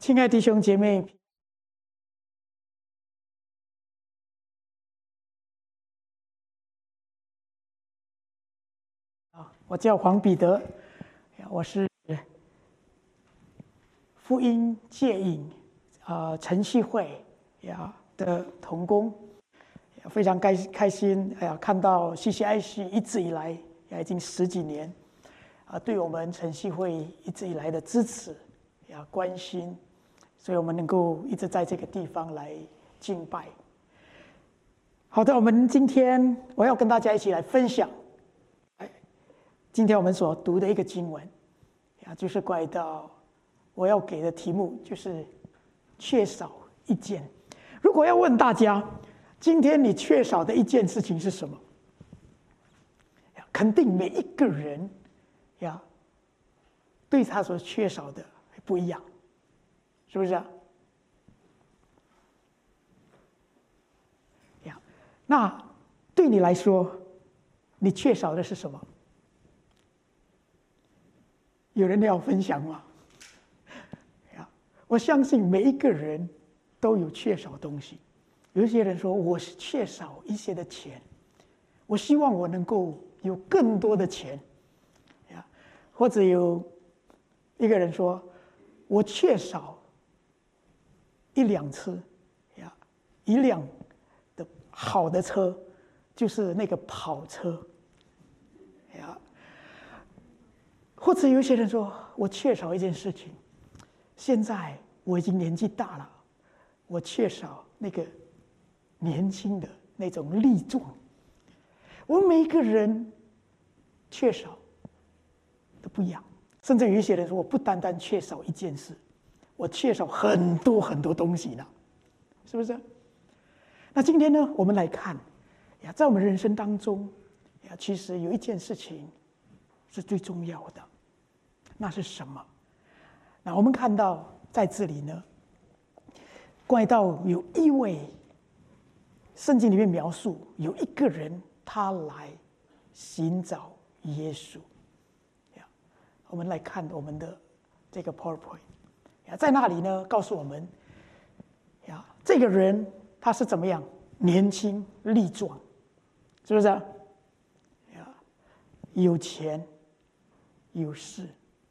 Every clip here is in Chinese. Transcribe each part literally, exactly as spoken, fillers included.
亲爱的弟兄姐妹，我叫黄彼得，我是福音戒引啊晨曦会呀的同工，非常开开心哎呀，看到 C C I C 一直以来呀已经十几年啊，对我们晨曦会一直以来的支持呀关心，所以我们能够一直在这个地方来敬拜。好的，我们今天我要跟大家一起来分享。今天我们所读的一个经文，呀，就是关于到我要给的题目，就是缺少一件。如果要问大家，今天你缺少的一件事情是什么？肯定每一个人呀，对他所缺少的不一样，是不是啊？呀，那对你来说，你缺少的是什么？有人要分享吗？我相信每一个人都有缺少东西。有些人说我是缺少一些的钱，我希望我能够有更多的钱，或者有一个人说我缺少一辆车，一辆的好的车，就是那个跑车。或者有些人说我缺少一件事情，现在我已经年纪大了，我缺少那个年轻的那种力壮。我们每一个人缺少都不一样，甚至有一些人说我不单单缺少一件事，我缺少很多很多东西呢，是不是？那今天呢，我们来看呀，在我们人生当中呀，其实有一件事情是最重要的，那是什么？那我们看到在这里呢，关于到有一位圣经里面描述有一个人，他来寻找耶稣。我们来看我们的这个 PowerPoint， 在那里呢，告诉我们呀，这个人他是怎么样，年轻力壮，是不是啊？有钱有势。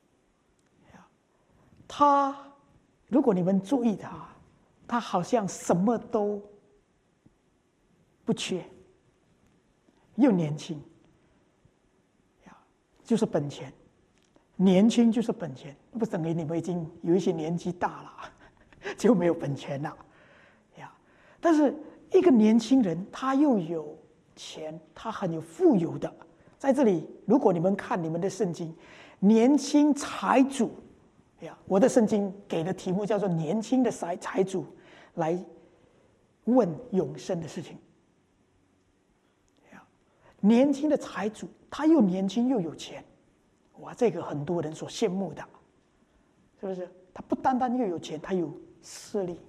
他，如果你们注意他，他好像什么都不缺，又年轻，就是本钱。年轻就是本钱，不等于你们已经有一些年纪大了就没有本钱了呀。但是一个年轻人，他又有钱，他很有富有的。在这里，如果你们看你们的圣经，年轻财主。我的圣经给的题目叫做年轻的财财主来问永生的事情。年轻的财主，他又年轻又有钱，哇，这个很多人所羡慕的，是不是？他不单单又有钱，他有势力。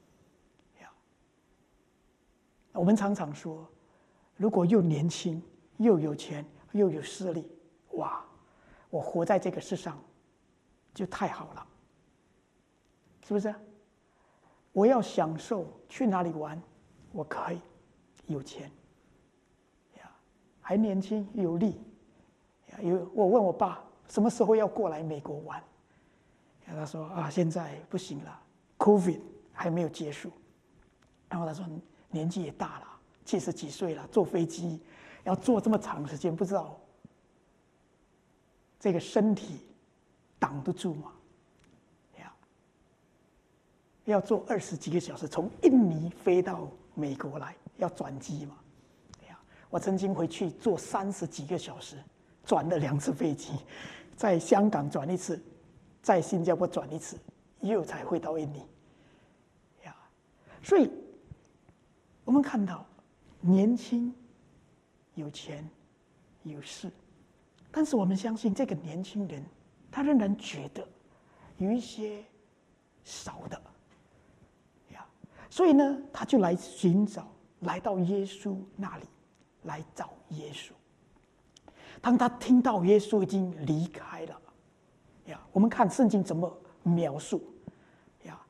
我们常常说，如果又年轻又有钱又有势力，哇，我活在这个世上就太好了，是不是？我要享受去哪里玩，我可以有钱，还年轻有力。有我问我爸什么时候要过来美国玩，他说啊，现在不行了 ，COVID 还没有结束。然后他说年纪也大了，七十几岁了，坐飞机要坐这么长时间，不知道这个身体挡得住吗？要坐二十几个小时，从印尼飞到美国来，要转机嘛。我曾经回去坐三十几个小时，转了两次飞机，在香港转一次，在新加坡转一次，又才回到印尼。所以，我们看到年轻、有钱、有势，但是我们相信这个年轻人，他仍然觉得有一些少的，所以呢，他就来寻找，来到耶稣那里来找耶稣。当他听到耶稣已经离开了，呀，我们看圣经怎么描述，呀，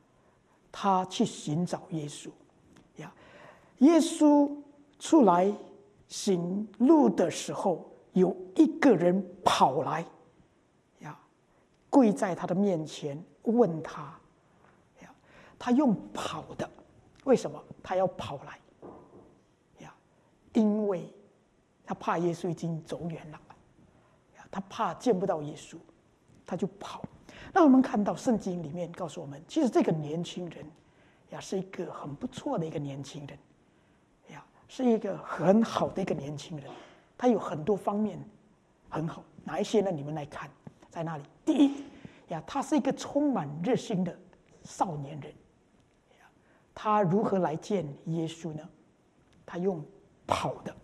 他去寻找耶稣。呀，耶稣出来行路的时候，有一个人跑来，呀，跪在他的面前问他，呀，他用跑的，为什么他要跑来？呀，因为他怕耶稣已经走远了，呀，他怕见不到耶稣，他就跑。那我们看到圣经里面告诉我们，其实这个年轻人呀是一个很不错的一个年轻人，呀是一个很好的一个年轻人，他有很多方面很好。哪一些呢？你们来看，在那里，第一呀，他是一个充满热心的少年人。他如何来见耶稣呢？他用跑的，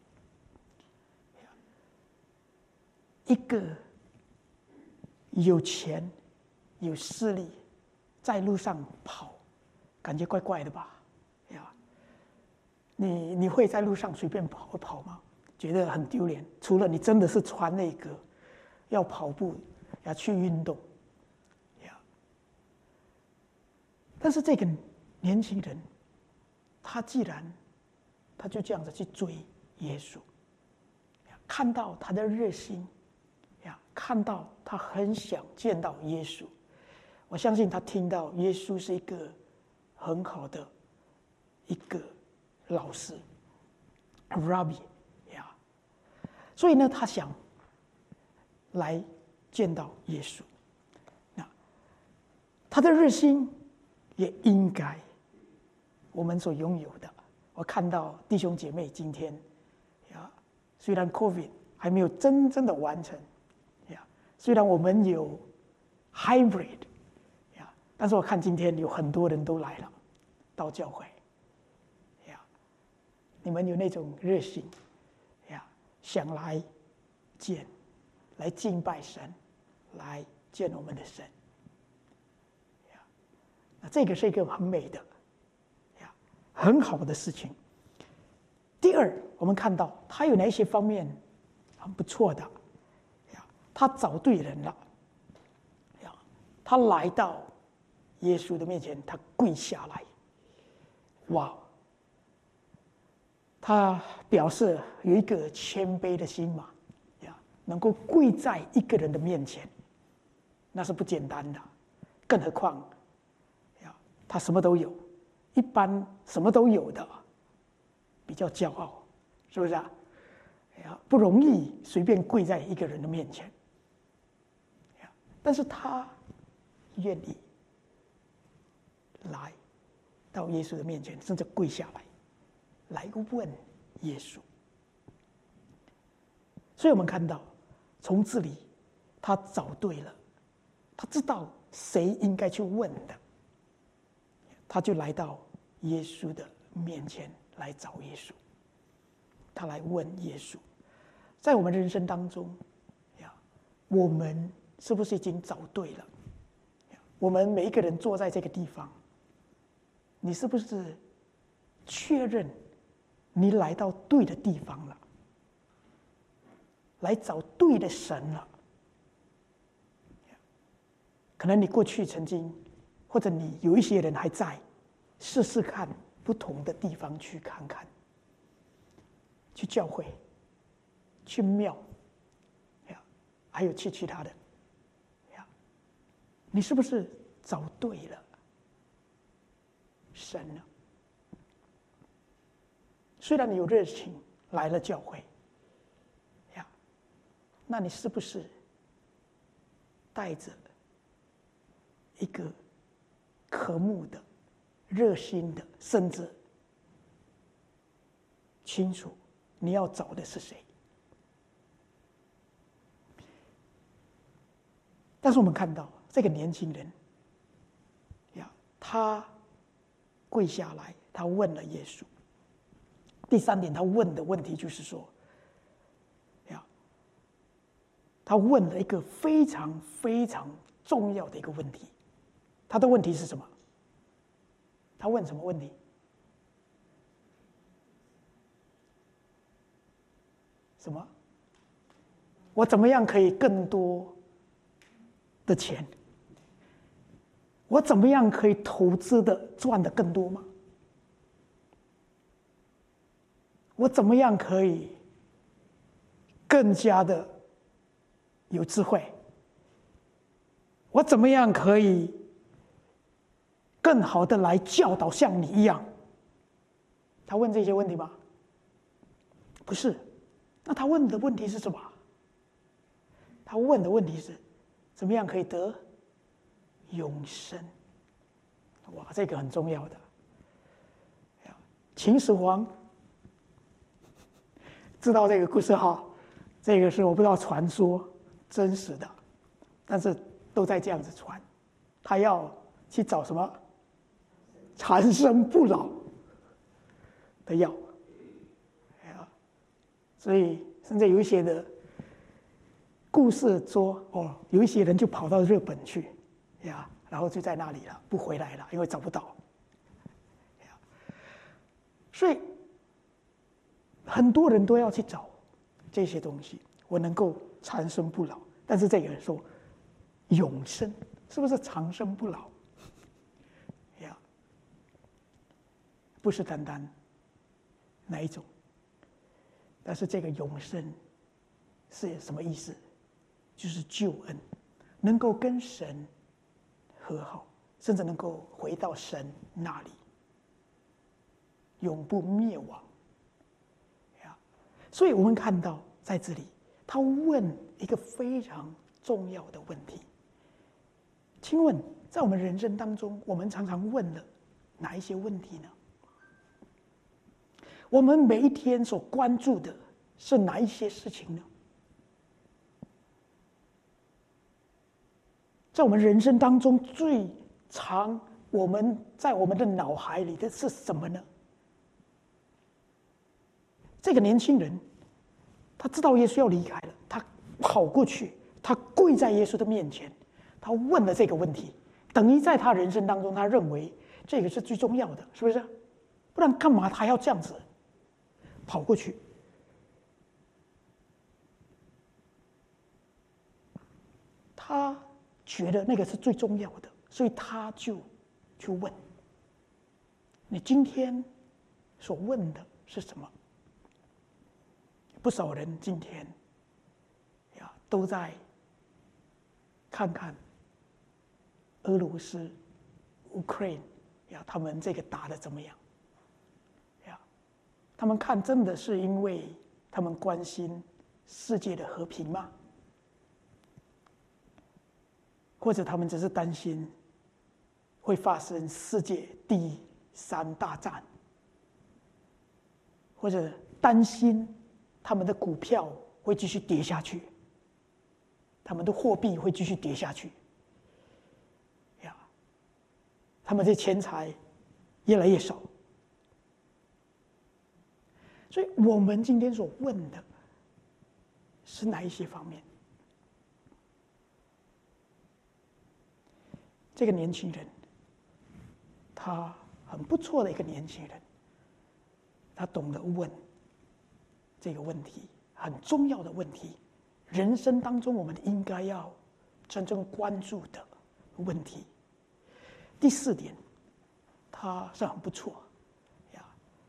一个有钱有势力在路上跑，感觉怪怪的吧？呀，你你会在路上随便跑跑吗？觉得很丢脸。除了你真的是穿那个要跑步要去运动，呀。但是这个年轻人，他既然他就这样子去追耶稣，看到他的热心，呀，看到他很想见到耶稣。我相信他听到耶稣是一个很好的一个老师 ，Rabbi 呀，所以呢，他想来见到耶稣。那他的热心也应该我们所拥有的。我看到弟兄姐妹今天呀，虽然 COVID 还没有真正的完成呀，虽然我们有 hybrid。但是我看今天有很多人都来了，到教会，呀，你们有那种热心，呀，想来见，来敬拜神，来见我们的神，呀，那这个是一个很美的，呀，很好的事情。第二，我们看到他有哪些方面很不错的，呀，他找对人了，呀，他来到耶稣的面前，他跪下来，哇！他表示有一个谦卑的心嘛，呀，能够跪在一个人的面前，那是不简单的。更何况，呀，他什么都有，一般什么都有的，比较骄傲，是不是啊？呀，不容易随便跪在一个人的面前，呀，但是他愿意来到耶稣的面前，甚至跪下来，来问耶稣。所以我们看到，从这里他找对了，他知道谁应该去问的，他就来到耶稣的面前来找耶稣，他来问耶稣。在我们人生当中，呀，我们是不是已经找对了？我们每一个人坐在这个地方，你是不是确认你来到对的地方了，来找对的神了？可能你过去曾经，或者你有一些人还在，试试看不同的地方去看看，去教会，去庙，呀，还有去其他的，呀，你是不是找对了神呢？虽然你有热情来了教会，呀，那你是不是带着一个渴慕的、热心的，甚至清楚你要找的是谁？但是我们看到这个年轻人，呀，他跪下来，他问了耶稣。第三点，他问的问题就是说，呀，他问了一个非常非常重要的一个问题。他的问题是什么？他问什么问题？什么？我怎么样可以更多的钱？ 我怎么样可以投资的赚得更多吗？我怎么样可以更加的有智慧？我怎么样可以更好的来教导像你一样？他问这些问题吗？不是。那他问的问题是什么？他问的问题是怎么样可以得永生？哇，这个很重要的。秦始皇知道这个故事哈，这个是我不知道传说真实的，但是都在这样子传。他要去找什么长生不老的药，所以甚至有一些的故事说，哦，有一些人就跑到日本去，呀，然后就在那里了，不回来了，因为找不到。所以很多人都要去找这些东西，我能够长生不老。但是这个人说永生，是不是长生不老？呀，不是单单哪一种。但是这个永生是什么意思？就是救恩，能够跟神和好，甚至能够回到神那里，永不灭亡。所以我们看到在这里，他问一个非常重要的问题。请问，在我们人生当中，我们常常问了哪一些问题呢？我们每一天所关注的是哪一些事情呢？在我们人生当中最常我们在我们的脑海里的是什么呢？这个年轻人，他知道耶稣要离开了，他跑过去，他跪在耶稣的面前，他问了这个问题，等于在他人生当中，他认为这个是最重要的，是不是？不然干嘛他要这样子跑过去？他觉得那个是最重要的，所以他就去问：你今天所问的是什么？不少人今天呀都在看看俄罗斯、乌克兰呀，他们这个打得怎么样？呀，他们看真的是因为他们关心世界的和平吗？或者他们只是担心会发生世界第三大战，或者担心他们的股票会继续跌下去，他们的货币会继续跌下去，呀，他们的钱财越来越少。所以我们今天所问的是哪一些方面？这个年轻人，他很不错的一个年轻人，他懂得问这个问题，很重要的问题，人生当中我们应该要真正关注的问题。第四点，他是很不错呀，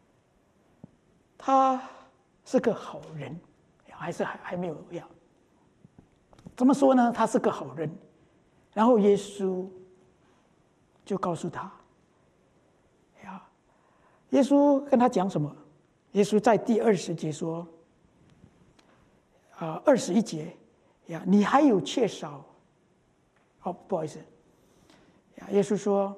他是个好人，还是还还没有呀？怎么说呢？他是个好人，然后耶稣就告诉他，呀，耶稣跟他讲什么？耶稣在第二十节说，啊，二十一节，呀，你还有缺少？哦，不好意思，呀，耶稣说，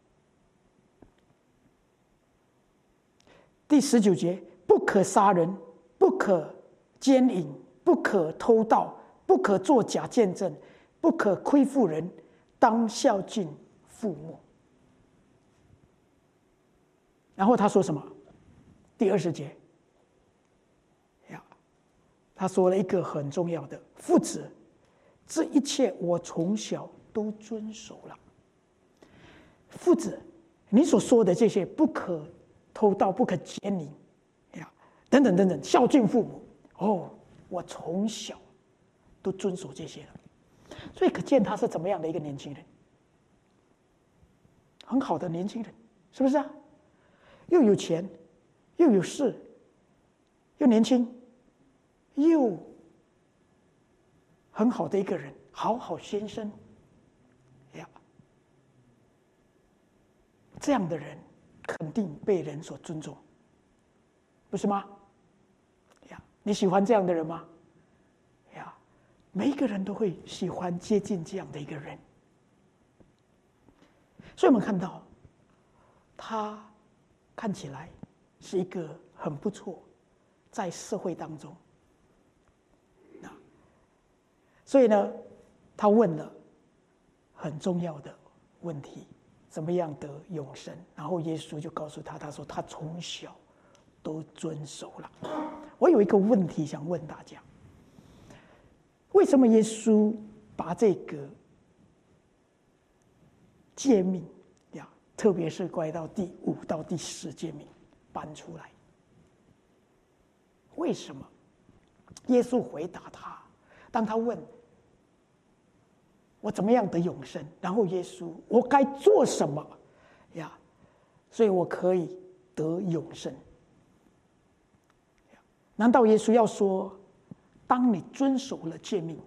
第十九节，不可杀人，不可奸淫，不可偷盗，不可作假见证，不可亏负人，当孝敬父母。然后他说什么？第二十节，呀，他说了一个很重要的：父子，这一切我从小都遵守了。父子，你所说的这些，不可偷盗，不可奸淫，呀，等等等等，孝敬父母，哦，我从小都遵守这些了。所以可见他是怎么样的一个年轻人。 很好的年轻人，是不是啊？又有钱，又有势，又年轻，又很好的一个人，好好先生呀。这样的人肯定被人所尊重，不是吗？呀，你喜欢这样的人吗？呀，每一个人都会喜欢接近这样的一个人。所以我们看到，他看起来是一个很不错，在社会当中。所以呢，他问了很重要的问题：怎么样得永生？然后耶稣就告诉他，他说他从小都遵守了。我有一个问题想问大家：为什么耶稣把这个诫命呀，特别是关于到第五到第十诫命搬出来？为什么？耶稣回答他，当他问我怎么样得永生，然后耶稣我该做什么呀？所以我可以得永生。难道耶稣要说，当你遵守了诫命，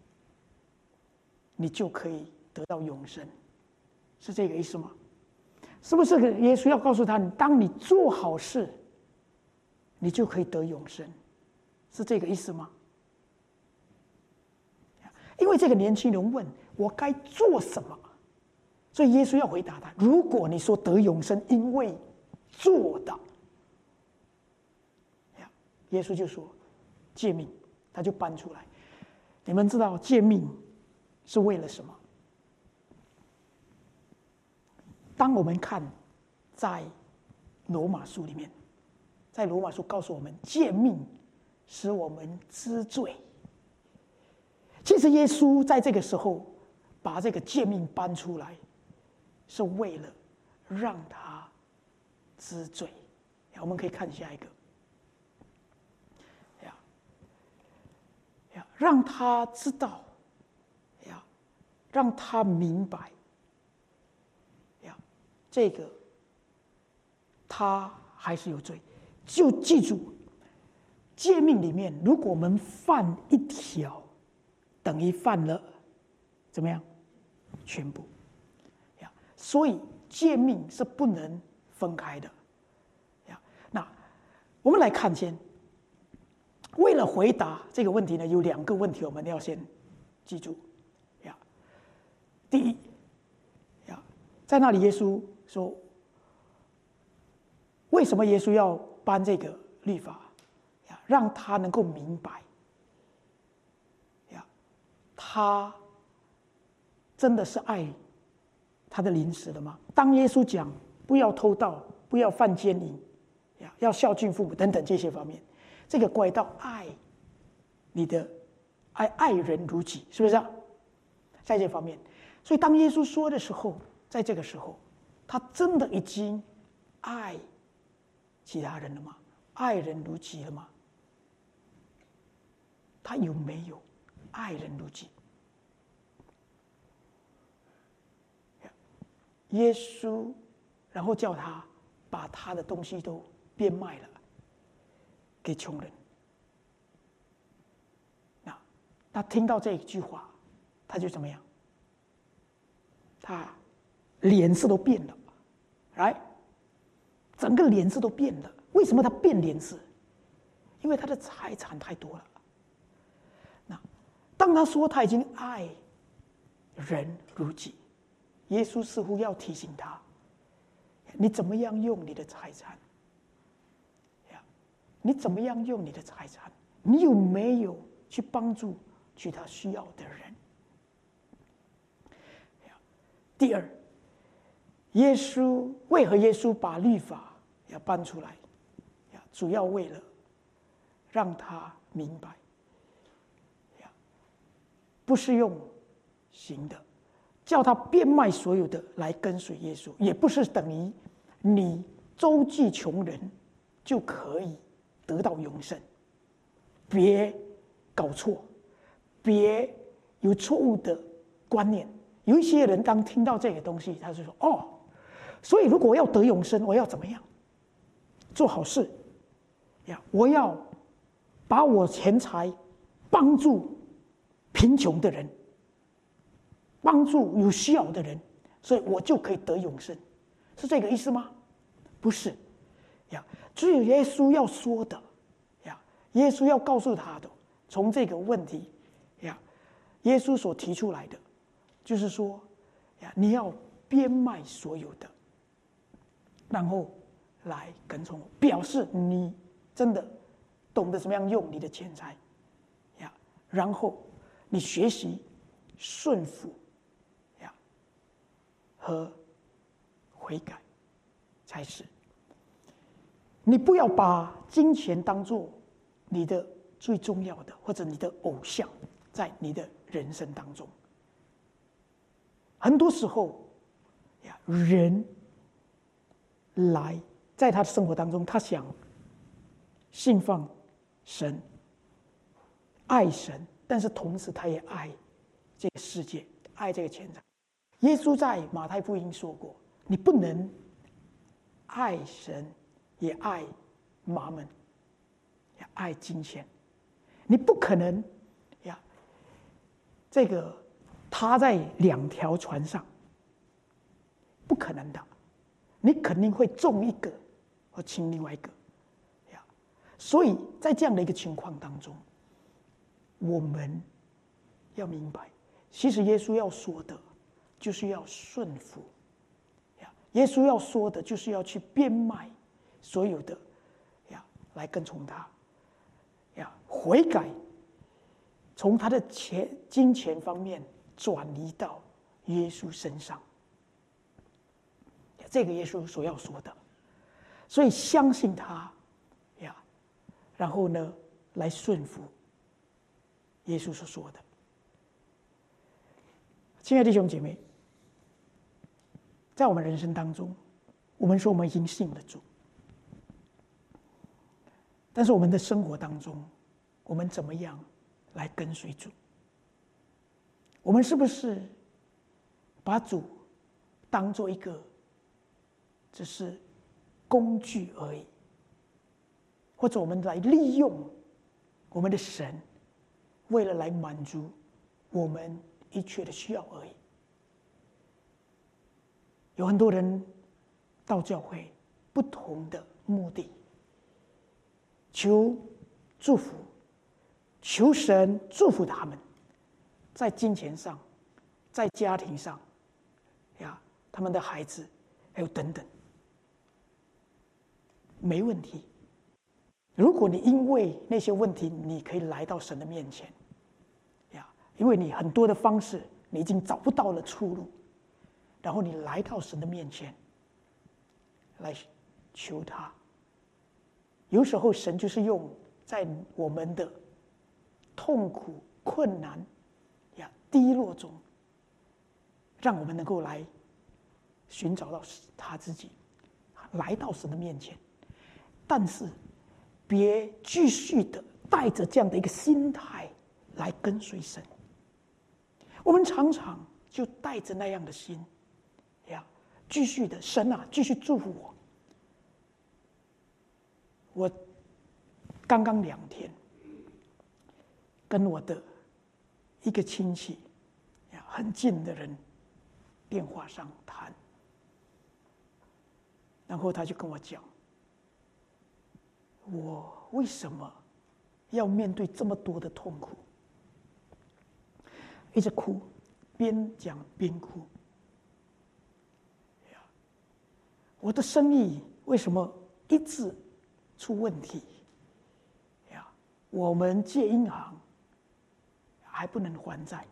你就可以得到永生？是这个意思吗？是不是耶稣要告诉他，当你做好事，你就可以得永生？是这个意思吗？因为这个年轻人问我该做什么，所以耶稣要回答他：如果你说得永生，因为做的，耶稣就说诫命，他就搬出来。你们知道诫命是为了什么？当我们看在罗马书里面，在罗马书告诉我们，诫命使我们知罪。其实耶稣在这个时候把这个诫命搬出来，是为了让他知罪。我们可以看下一个，呀呀，让他知道，呀，让他明白，呀，这个他还是有罪。就记住，诫命里面，如果我们犯一条，等于犯了怎么样？全部呀，所以诫命是不能分开的呀。那我们来看先，为了回答这个问题呢，有两个问题我们要先记住呀。第一呀，在那里耶稣说，为什么耶稣要颁这个律法呀？让他能够明白。他真的是爱他的邻舍的吗？当耶稣讲不要偷盗、不要犯奸淫、要孝敬父母等等这些方面，这个关于到爱你的爱爱人如己，是不是啊？在这方面，所以当耶稣说的时候，在这个时候，他真的已经爱其他人了吗？爱人如己了吗？他有没有爱人如己？耶稣然后叫他把他的东西都变卖了给穷人。那他听到这一句话，他就怎么样？他脸色都变了，来，整个脸色都变了。为什么他变脸色？因为他的财产太多了。那当他说他已经爱人如己，耶稣似乎要提醒他，你怎么样用你的财产？你怎么样用你的财产？你有没有去帮助其他需要的人？第二，耶稣为何耶稣把律法要搬出来？主要为了让他明白，不是用行的，叫他变卖所有的来跟随耶稣，也不是等于你周济穷人就可以得到永生。别搞错，别有错误的观念。有一些人当听到这个东西，他就说：“哦， 所以如果我要得永生，我要怎么样？做好事呀！我要把我钱财帮助贫穷的人，帮助有需要的人，所以我就可以得永生，是这个意思吗？不是呀，只有耶稣要说的呀，耶稣要告诉他的，从这个问题呀，耶稣所提出来的，就是说呀，你要变卖所有的，然后来跟从我，表示你真的懂得怎么样用你的钱财呀，然后你学习顺服呀和悔改才是。你不要把金钱当作你的最重要的，或者你的偶像，在你的人生当中。很多时候呀，人来在他的生活当中，他想信奉神，爱神，但是同时他也爱这个世界，爱这个钱财。耶稣在马太福音说过，你不能爱神也爱马门，也爱金钱，你不可能呀，这个他在两条船上，不可能的，你肯定会中一个或轻另外一个呀。所以在这样的一个情况当中，我们要明白，其实耶稣要说的就是要顺服呀，耶稣要说的就是要去变卖所有的呀，来跟从他呀，悔改，从他的钱金钱方面转移到耶稣身上，这个耶稣所要说的，所以相信他呀，然后呢来顺服耶稣所说的。亲爱的弟兄姐妹，在我们人生当中，我们说我们已经信了主，但是我们的生活当中，我们怎么样来跟随主？我们是不是把主当做一个只是工具而已，或者我们来利用我们的神，为了来满足我们一切的需要而已？有很多人到教会不同的目的，求祝福，求神祝福他们，在金钱上，在家庭上呀，他们的孩子还有等等，没问题。如果你因为那些问题，你可以来到神的面前呀，因为你很多的方式你已经找不到了出路，然后你来到神的面前来求他。有时候神就是用在我们的痛苦、困难呀、低落中，让我们能够来寻找到他自己，来到神的面前。但是别继续的带着这样的一个心态来跟随神。我们常常就带着那样的心呀，继续的，神啊，继续祝福我。我刚刚两天跟我的一个亲戚呀，很近的人电话上谈，然后他就跟我讲，我为什么要面对这么多的痛苦？一直哭，边讲边哭。我的生意为什么一直出问题？呀，我们借银行还不能还债，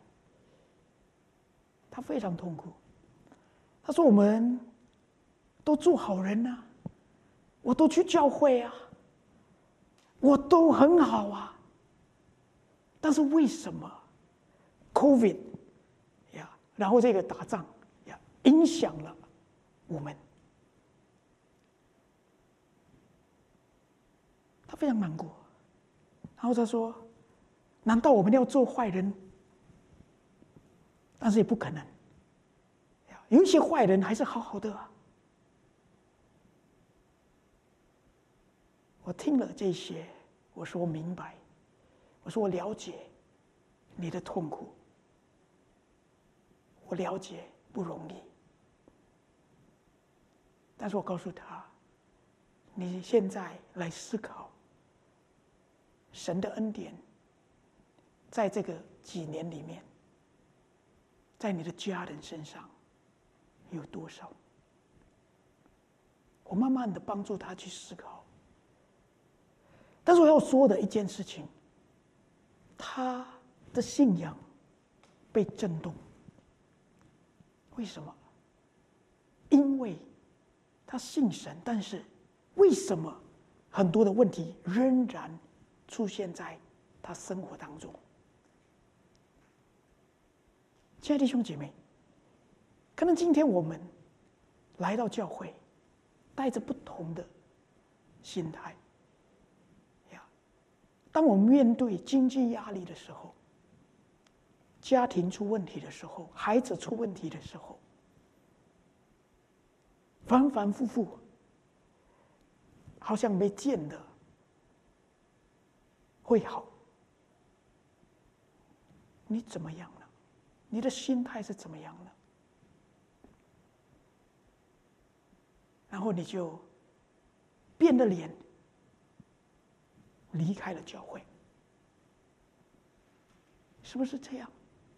他非常痛苦。他说：“我们都做好人啊，我都去教会啊，我都很好啊，但是为什么 COVID 呀，然后这个打仗呀，影响了我们？”他非常难过，然后他说：“难道我们要做坏人？但是也不可能。有一些坏人还是好好的啊， 我听了这些，我说我明白，我说我了解你的痛苦，我了解不容易。但是我告诉他，你现在来思考神的恩典，在这个几年里面，在你的家人身上有多少？我慢慢的帮助他去思考。但是我要说的一件事情，他的信仰被震动。为什么？因为他信神，但是为什么很多的问题仍然出现在他生活当中？亲爱的弟兄姐妹，可能今天我们来到教会，带着不同的心态呀。当我们面对经济压力的时候，家庭出问题的时候，孩子出问题的时候，反反复复，好像没见得会好。你怎么样呢？你的心态是怎么样呢？然后你就变了脸，离开了教会，是不是这样？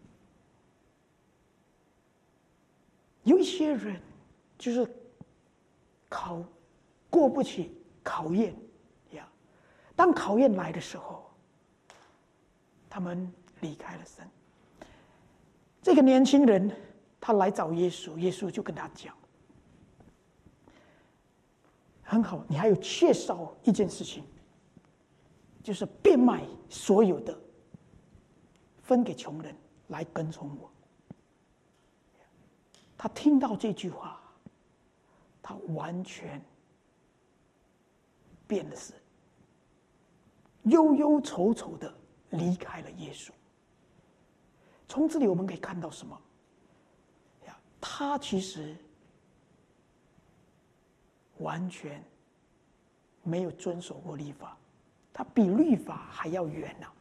有一些人就是考过不起考验呀，当考验来的时候，他们离开了神。这个年轻人他来找耶稣，耶稣就跟他讲，很好，你还有缺少一件事情，就是变卖所有的，分给穷人，来跟从我。他听到这句话，他完全变了色，忧忧愁愁的离开了耶稣。从这里我们可以看到什么？他其实完全没有遵守过律法，他比律法还要远呢、啊。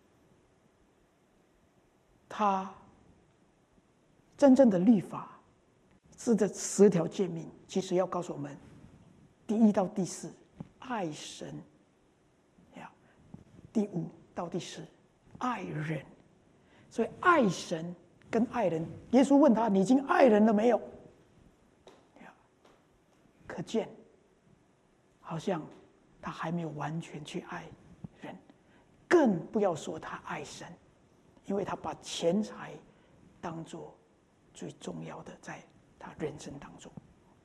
他真正的律法是这十条诫命，其实要告诉我们，第一到第四，爱神；呀，第五到第十，爱人。所以爱神跟爱人，耶稣问他：“你已经爱人了没有？”可见，好像他还没有完全去爱人，更不要说他爱神，因为他把钱财当作最重要的在他人生当中，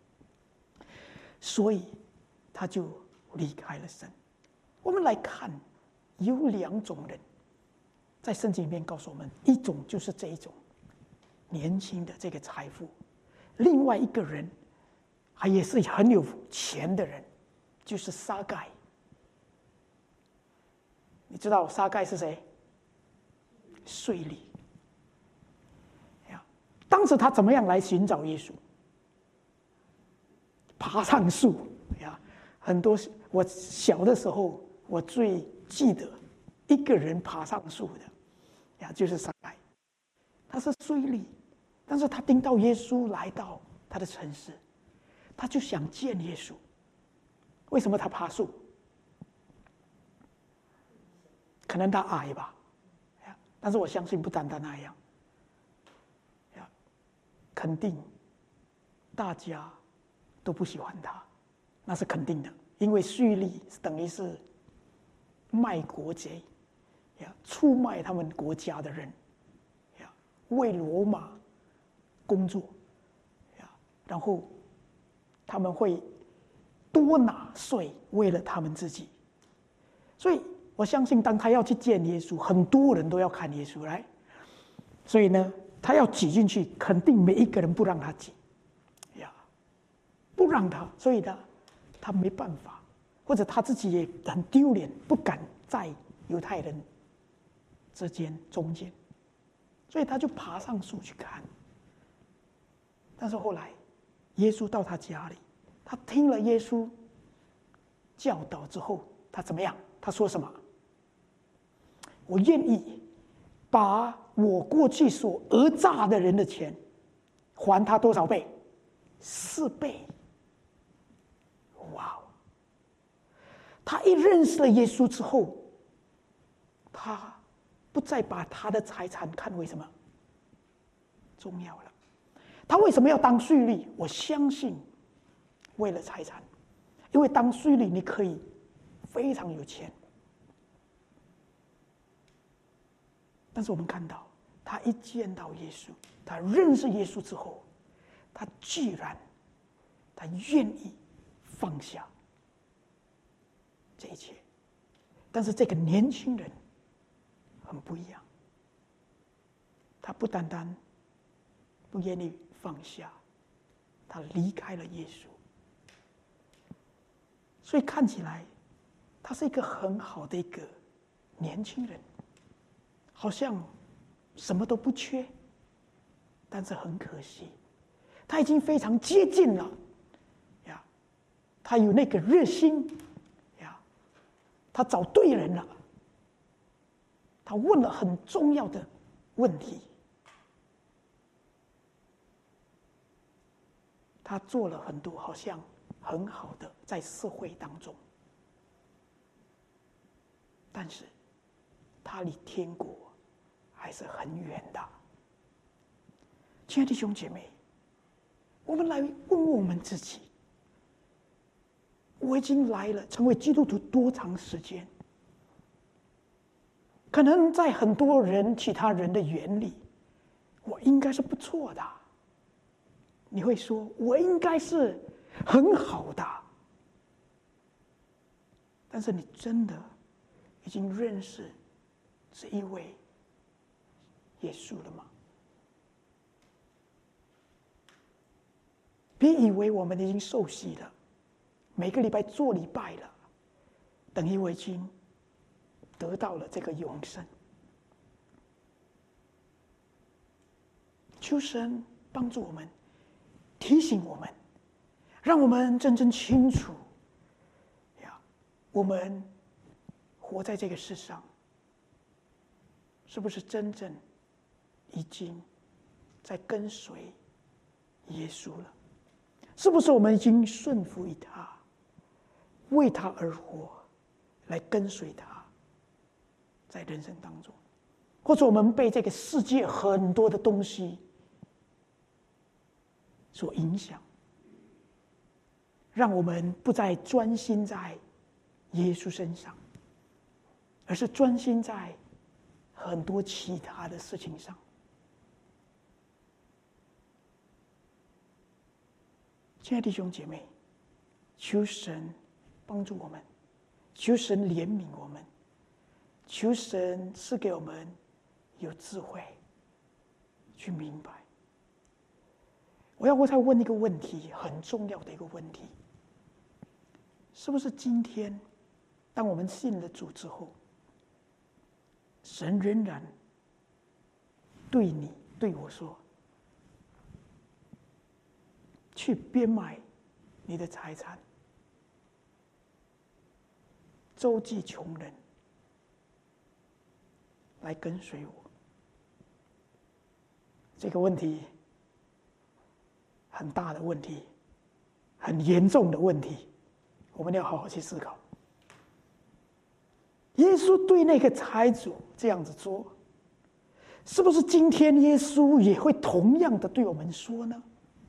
所以他就离开了神。我们来看，有两种人。在圣经里面告诉我们，一种就是这一种年轻的这个财富，另外一个人还也是很有钱的人，就是撒该。你知道撒该是谁？税吏。当时他怎么样来寻找耶稣？爬上树呀！很多我小的时候，我最记得一个人爬上树的。呀，就是撒该，他是税吏，但是他听到耶稣来到他的城市，他就想见耶稣。为什么他爬树？可能他矮吧，但是我相信不单单那样，肯定大家都不喜欢他，那是肯定的，因为税吏等于是卖国贼。出卖他们国家的人，为罗马工作，然后他们会多纳税，为了他们自己。所以我相信，当他要去见耶稣，很多人都要看耶稣来。所以呢，他要挤进去，肯定每一个人不让他挤，呀，不让他。所以呢，他没办法，或者他自己也很丢脸，不敢在犹太人之间中间，所以他就爬上树去看。但是后来，耶稣到他家里，他听了耶稣教导之后，他怎么样？他说什么？我愿意把我过去所讹诈的人的钱还他多少倍？四倍。哇！他一认识了耶稣之后，他不再把他的财产看为什么重要了。他为什么要当税吏？我相信为了财产，因为当税吏你可以非常有钱。但是我们看到，他一见到耶稣，他认识耶稣之后，他居然他愿意放下这一切。但是这个年轻人很不一样，他不单单不愿意放下，他离开了耶稣。所以看起来他是一个很好的一个年轻人，好像什么都不缺，但是很可惜，他已经非常接近了呀，他有那个热心呀，他找对人了，他问了很重要的问题，他做了很多好像很好的在社会当中，但是他离天国还是很远的。亲爱的弟兄姐妹，我们来问问我们自己，我已经来了成为基督徒多长时间？可能在很多人其他人的眼里，我应该是不错的，你会说我应该是很好的，但是你真的已经认识这一位耶稣了吗？别以为我们已经受洗了，每个礼拜做礼拜了，等于我已经得到了这个永生。求神帮助我们，提醒我们，让我们真正清楚呀，我们活在这个世上，是不是真正已经在跟随耶稣了？是不是我们已经顺服于他，为他而活，来跟随他，在人生当中？或者我们被这个世界很多的东西所影响，让我们不再专心在耶稣身上，而是专心在很多其他的事情上。亲爱的弟兄姐妹，求神帮助我们，求神怜悯我们，求神赐给我们有智慧去明白。我要我再问一个问题，很重要的一个问题，是不是今天当我们信了主之后，神仍然对你对我说，去变卖你的财产，周济穷人，来跟随我？这个问题很大的问题，很严重的问题，我们要好好去思考。耶稣对那个财主这样子做，是不是今天耶稣也会同样的对我们说呢？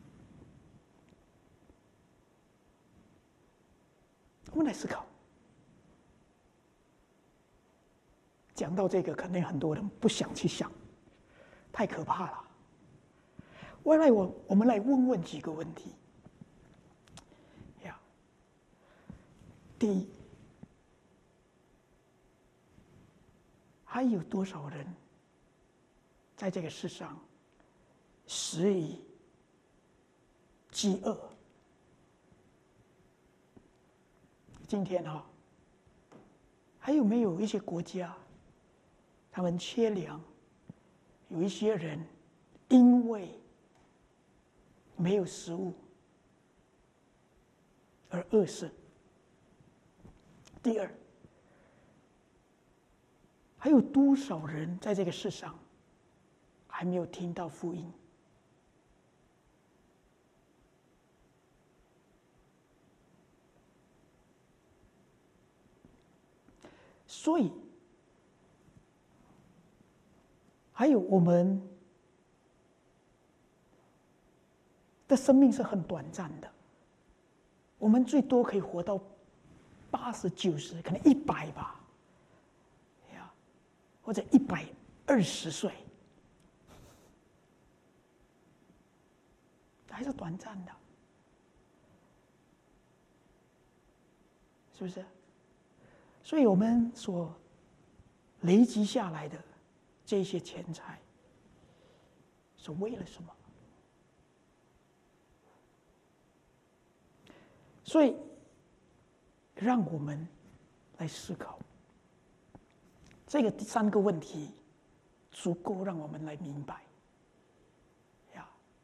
我们来思考。讲到这个，可能很多人不想去想，太可怕了。我来我我们来问问几个问题。呀，第一，还有多少人在这个世上死于饥饿？今天哈、啊，还有没有一些国家，他们缺粮，有一些人因为没有食物而饿死？ 第二，还有多少人在这个世上还没有听到福音？所以，还有我们的生命是很短暂的，我们最多可以活到八十九十，可能一百吧，呀，或者一百二十岁，还是短暂的，是不是？所以我们所累积下来的这些钱财，是为了什么？所以，让我们来思考这个第三个问题，足够让我们来明白呀。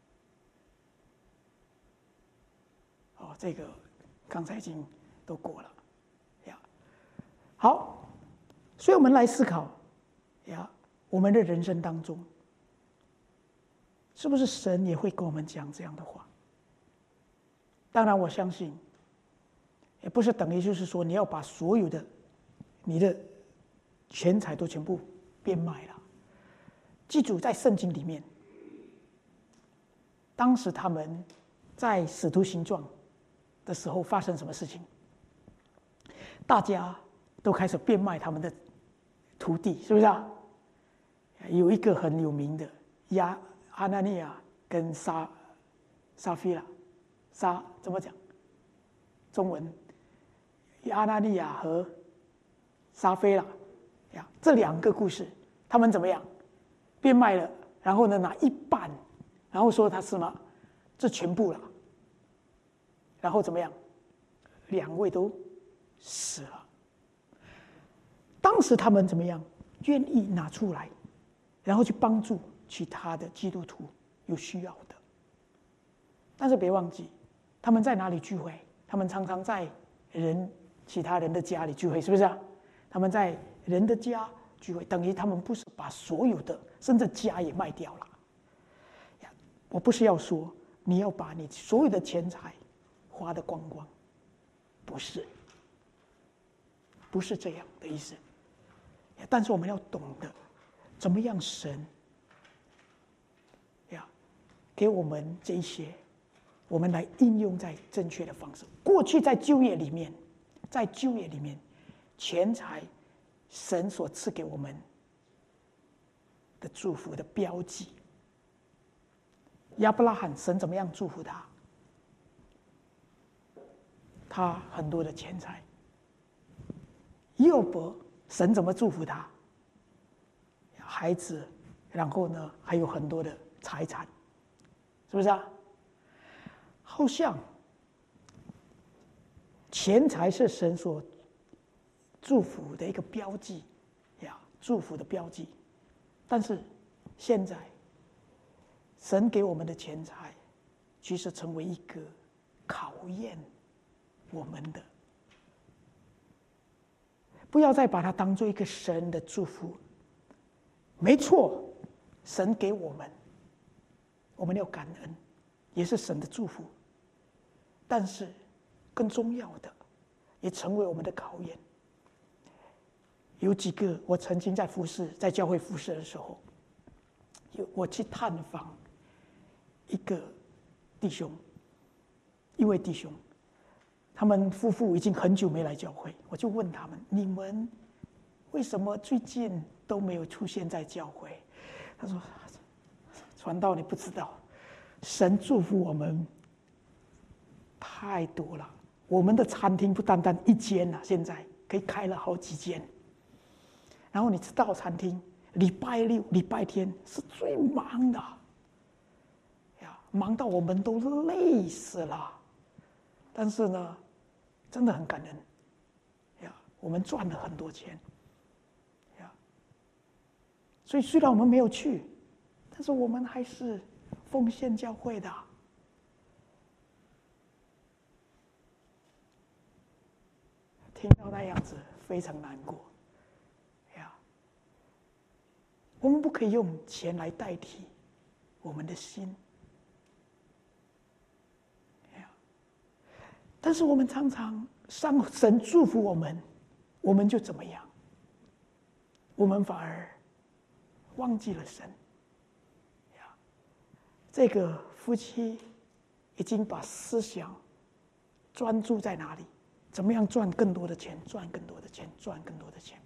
哦，这个刚才已经都过了呀。好，所以我们来思考呀，我们的人生当中，是不是神也会跟我们讲这样的话？当然，我相信。也不是等于就是说你要把所有的你的钱财都全部变卖了。记住，在圣经里面，当时他们在使徒行状的时候发生什么事情？大家都开始变卖他们的土地，是不是啊？有一个很有名的亚阿纳尼亚跟撒撒菲拉，撒怎么讲？中文？阿纳利亚和撒菲拉呀，这两个故事，他们怎么样变卖了？然后呢，拿一半，然后说他是什么？这全部了。然后怎么样？两位都死了。当时他们怎么样？愿意拿出来，然后去帮助其他的基督徒有需要的。但是别忘记，他们在哪里聚会？他们常常在人。其他人的家里聚会，是不是啊？他们在人的家聚会，等于他们不是把所有的，甚至家也卖掉了。我不是要说你要把你所有的钱财花得光光，不是，不是这样的意思。但是我们要懂得怎么样神呀给我们这一些，我们来应用在正确的方式。过去在就业里面。在就业里面，钱财，神所赐给我们的祝福的标记。亚伯拉罕，神怎么样祝福他？他很多的钱财。约伯，神怎么祝福他？孩子，然后呢，还有很多的财产，是不是啊？好像。钱财是神所祝福的一个标记呀，祝福的标记。但是现在，神给我们的钱财，其实成为一个考验我们的。不要再把它当做一个神的祝福。没错，神给我们，我们要感恩，也是神的祝福。但是。更重要的，也成为我们的考验。有几个，我曾经在服侍，在教会服侍的时候，有我去探访一个弟兄，一位弟兄，他们夫妇已经很久没来教会，我就问他们：你们为什么最近都没有出现在教会？他说：传道你不知道，神祝福我们太多了。我们的餐厅不单单一间了，现在可以开了好几间。然后你知道，餐厅礼拜六、礼拜天是最忙的，呀，忙到我们都累死了。但是呢，真的很感恩，呀，我们赚了很多钱，呀。所以虽然我们没有去，但是我们还是奉献教会的。 听到那样子非常难过呀。我们不可以用钱来代替我们的心呀。但是我们常常上神祝福我们，我们就怎么样？我们反而忘记了神呀。这个夫妻已经把思想专注在哪里？怎么样赚更多的钱？赚更多的钱，赚更多的钱。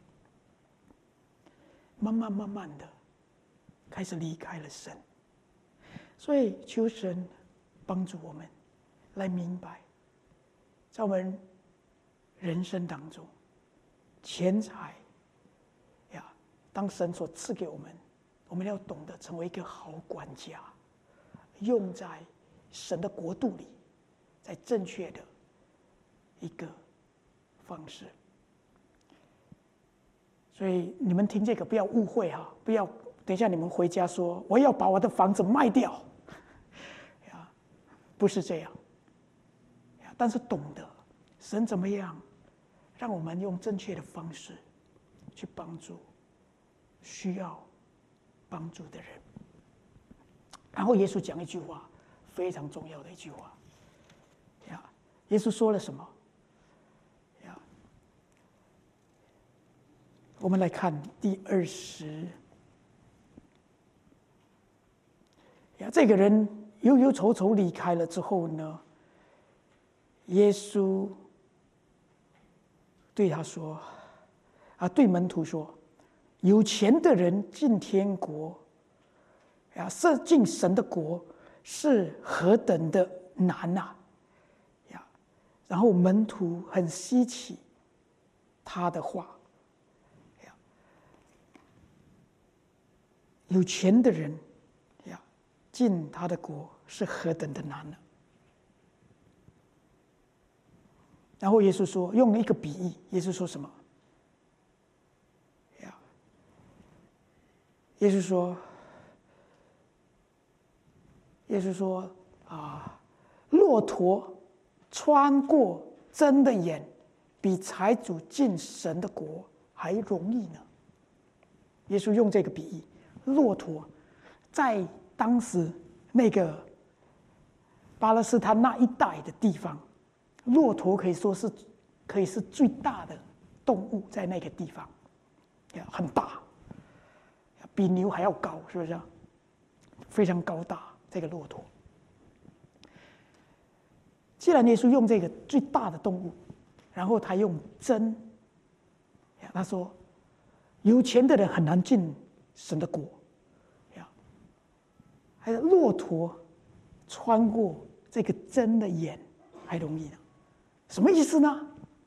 慢慢慢慢的，开始离开了神。所以求神帮助我们来明白，在我们人生当中，钱财呀，当神所赐给我们，我们要懂得成为一个好管家，用在神的国度里，在正确的一个方式。所以你们听这个不要误会哈，不要等一下你们回家说我要把我的房子卖掉，呀，不是这样。但是懂得神怎么样让我们用正确的方式去帮助需要帮助的人。然后耶稣讲一句话，非常重要的一句话呀，耶稣说了什么呀？我们来看第二十呀，这个人忧忧愁愁离开了之后呢，耶稣对他说啊，对门徒说，有钱的人进天国呀，是进神的国是何等的难呐！呀，然后门徒很稀奇他的话呀，有钱的人呀进他的国是何等的难呢？然后耶稣说，用一个比喻，耶稣说什么？呀，耶稣说。耶稣说啊，骆驼穿过针的眼，比财主进神的国还容易呢。耶稣用这个比喻，骆驼在当时那个巴勒斯坦那一带的地方，骆驼可以说是可以是最大的动物，在那个地方，很大，比牛还要高，是不是？非常高大。这个骆驼，既然耶稣用这个最大的动物，然后他用针，他说，有钱的人很难进神的国，呀，还有骆驼穿过这个针的眼还容易呢，什么意思呢？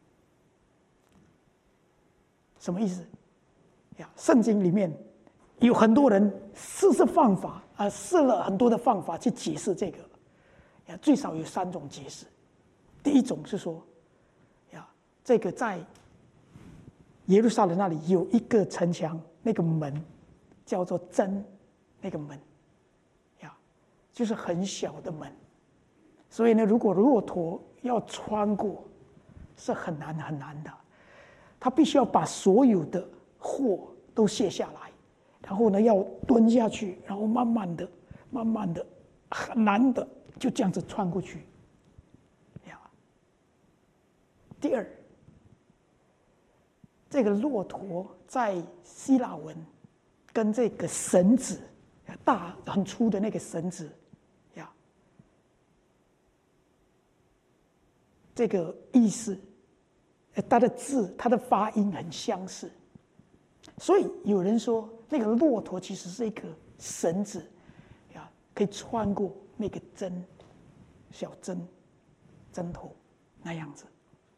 什么意思？呀，圣经里面有很多人试试方法。啊，试了很多的方法去解释这个，呀，最少有三种解释。第一种是说，呀，这个在耶路撒冷那里有一个城墙，那个门叫做针，那个门，呀，就是很小的门，所以呢，如果骆驼要穿过，是很难很难的，他必须要把所有的货都卸下来。然后呢，要蹲下去，然后慢慢的、慢慢的、很难的，就这样子穿过去。呀，第二，这个骆驼在希腊文跟这个绳子，大很粗的那个绳子，呀，这个意思，它的字、它的发音很相似。所以有人说，那个骆驼其实是一个绳子，呀，可以穿过那个针，小针，针头那样子。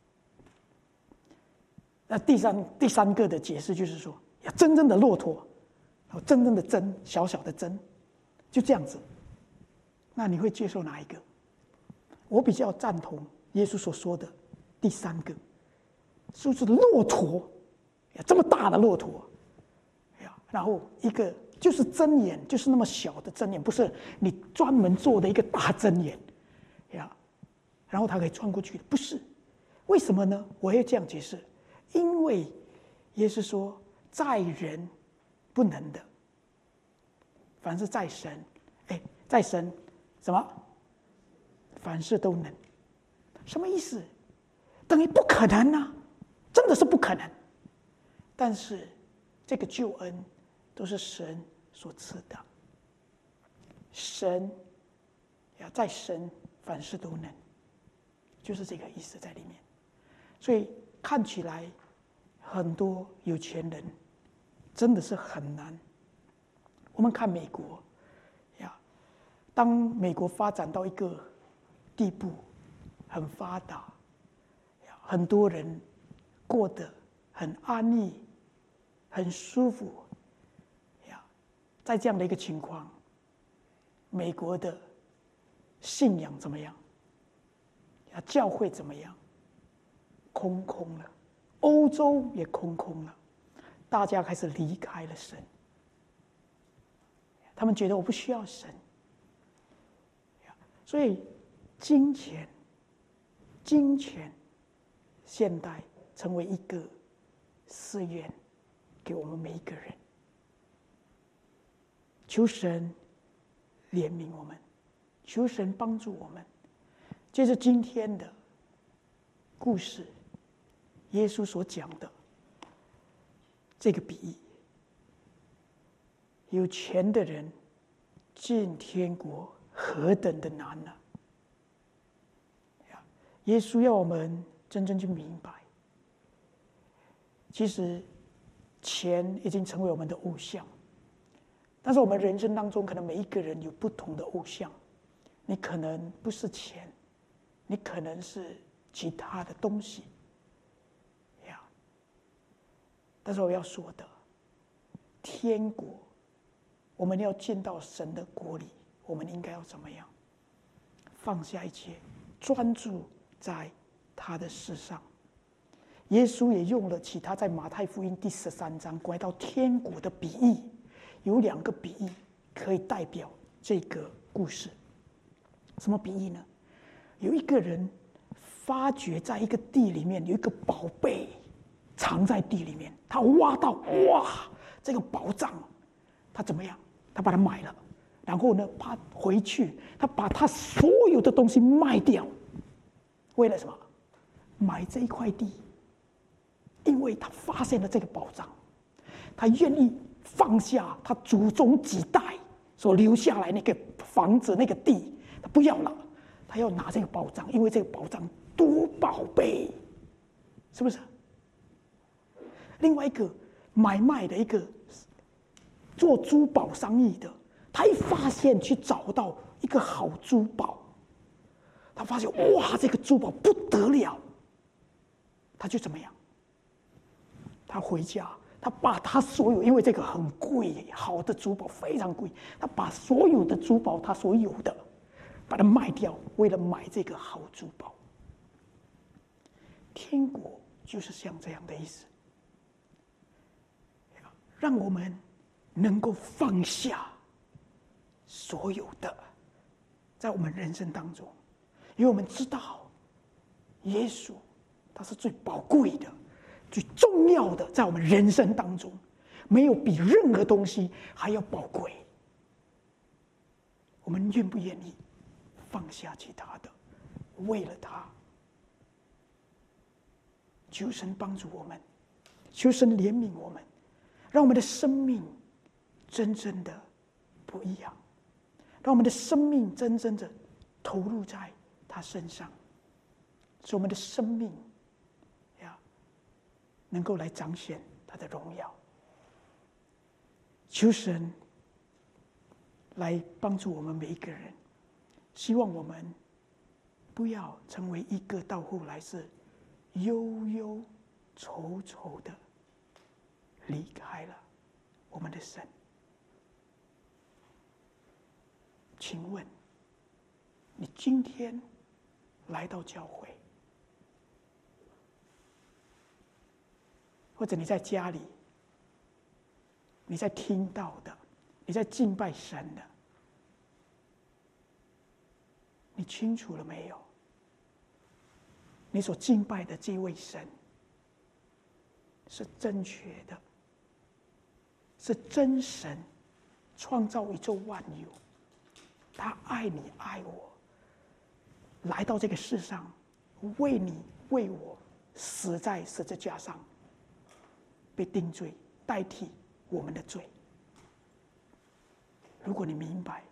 那第三第三个的解释就是说，呀，真正的骆驼，然后真正的针，小小的针，就这样子。那你会接受哪一个？我比较赞同耶稣所说的第三个，就是骆驼，呀，这么大的骆驼。然后一个就是针眼，就是那么小的针眼，不是你专门做的一个大针眼，呀，然后它可以穿过去的，不是， 为什么呢？我会这样解释，因为耶稣说，在人不能的，凡是在神，哎，在神什么？凡事都能。什么意思？等于不可能啊，真的是不可能。但是这个救恩都是神所赐的，神要在神凡事都能，就是这个意思在里面。所以看起来很多有钱人真的是很难。我们看美国呀，当美国发展到一个地步，很发达，很多人过得很安逸、很舒服呀，在这样的一个情况，美国的信仰怎么样？呀，教会怎么样？空空了，欧洲也空空了，大家开始离开了神。他们觉得我不需要神，所以金钱，金钱，现代成为一个试验，给我们每一个人。求神怜悯我们，求神帮助我们。接着今天的故事，耶稣所讲的这个比喻，有钱的人进天国何等的难呢、啊？耶稣要我们真正去明白，其实钱已经成为我们的偶像，但是我们人生当中可能每一个人有不同的偶像，你可能不是钱，你可能是其他的东西呀。但是我要说的，天国，我们要进到神的国里，我们应该要怎么样？放下一切，专注在他的事上。耶稣也用了其他在马太福音第十三章关于到天国的比喻，有两个比喻可以代表这个故事。什么比喻呢？有一个人发觉在一个地里面有一个宝贝藏在地里面，他挖到，哇，这个宝藏，他怎么样？他把它买了，然后呢，他回去，他把他所有的东西卖掉，为了什么？买这一块地，因为他发现了这个宝藏，他愿意放下他祖宗几代所留下来那个房子、那个地，他不要了，他要拿这个宝藏，因为这个宝藏多宝贝，是不是？另外一个买卖的一个做珠宝生意的，他一发现去找到一个好珠宝，他发现哇，这个珠宝不得了，他就怎么样？他回家，他把他所有，因为这个很贵，好的珠宝非常贵，他把所有的珠宝他所有的，把它卖掉，为了买这个好珠宝。天国就是像这样的意思，让我们能够放下所有的，在我们人生当中，因为我们知道耶稣他是最宝贵的、最重要的，在我们人生当中，没有比任何东西还要宝贵。我们愿不愿意放下其他的，为了他？求神帮助我们，求神怜悯我们，让我们的生命真正的不一样，让我们的生命真正的投入在他身上，使我们的生命呀能够来彰显他的荣耀。求神来帮助我们每一个人，希望我们不要成为一个到后来是忧忧愁愁的离开了我们的神。请问你今天来到教会，或者你在家里，你在听到的，你在敬拜神的，你清楚了没有？ 你所敬拜的这位神是正确的，是真神，创造宇宙万有，他爱你爱我，来到这个世上，为你为我死在十字架上，被定罪，代替我们的罪。如果你明白，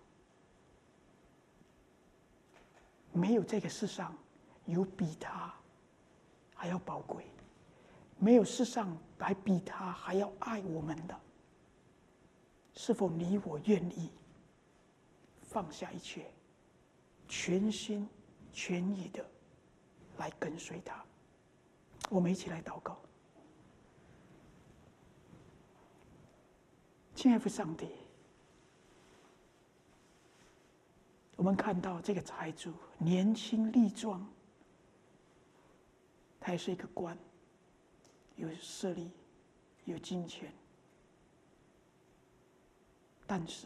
没有这个世上有比他还要宝贵，没有世上还比他还要爱我们的，是否你我愿意放下一切，全心全意的来跟随他？我们一起来祷告。亲爱的上帝，我们看到这个财主年轻力壮，他也是一个官，有势力，有金钱，但是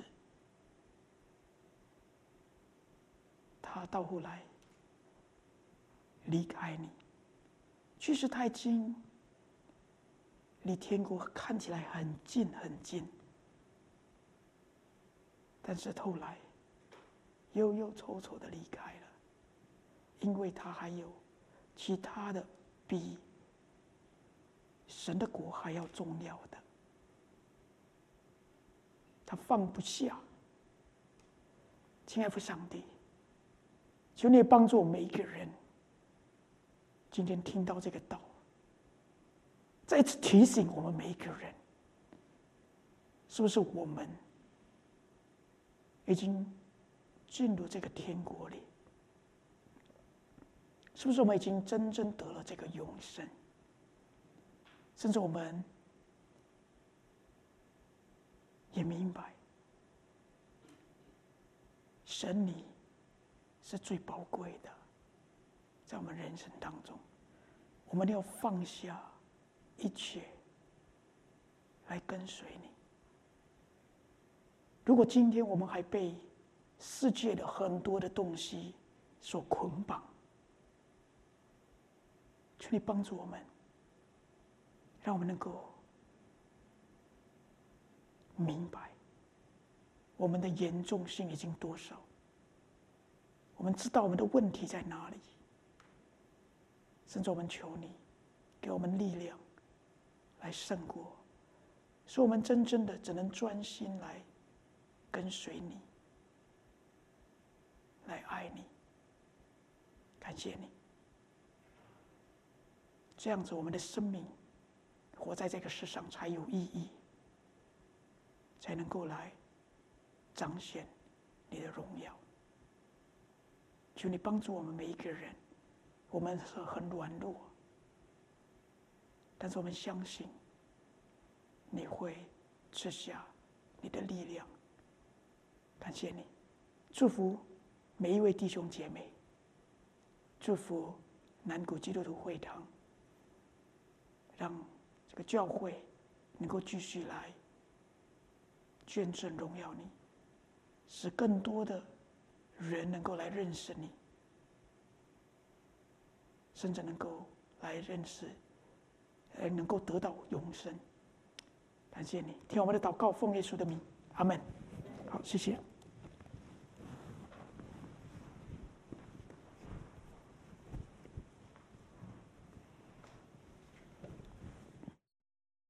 他到后来离开你，其实他已经离天国看起来很近很近，但是后来忧忧愁愁的离开了，因为他还有其他的比神的国还要重要的，他放不下。亲爱的上帝，求你帮助我们每一个人，今天听到这个道，再次提醒我们每一个人，是不是我们已经进入这个天国里？是不是我们已经真正得了这个永生？甚至我们也明白，神你是最宝贵的，在我们人生当中，我们要放下一切来跟随你。如果今天我们还被世界的很多的东西所捆绑，求你帮助我们，让我们能够明白我们的严重性已经多少，我们知道我们的问题在哪里，甚至我们求你给我们力量来胜过，使我们真正的只能专心来跟随你，来爱你，感谢你。这样子我们的生命活在这个世上才有意义，才能够来彰显你的荣耀。求你帮助我们每一个人，我们是很软弱，但是我们相信你会赐下你的力量。感谢你，祝福每一位弟兄姐妹，祝福南谷基督徒会堂，让这个教会能够继续来见证荣耀你，使更多的人能够来认识你，甚至能够来认识，呃，能够得到永生。感谢你，听我们的祷告，奉耶稣的名，阿们。好，谢谢。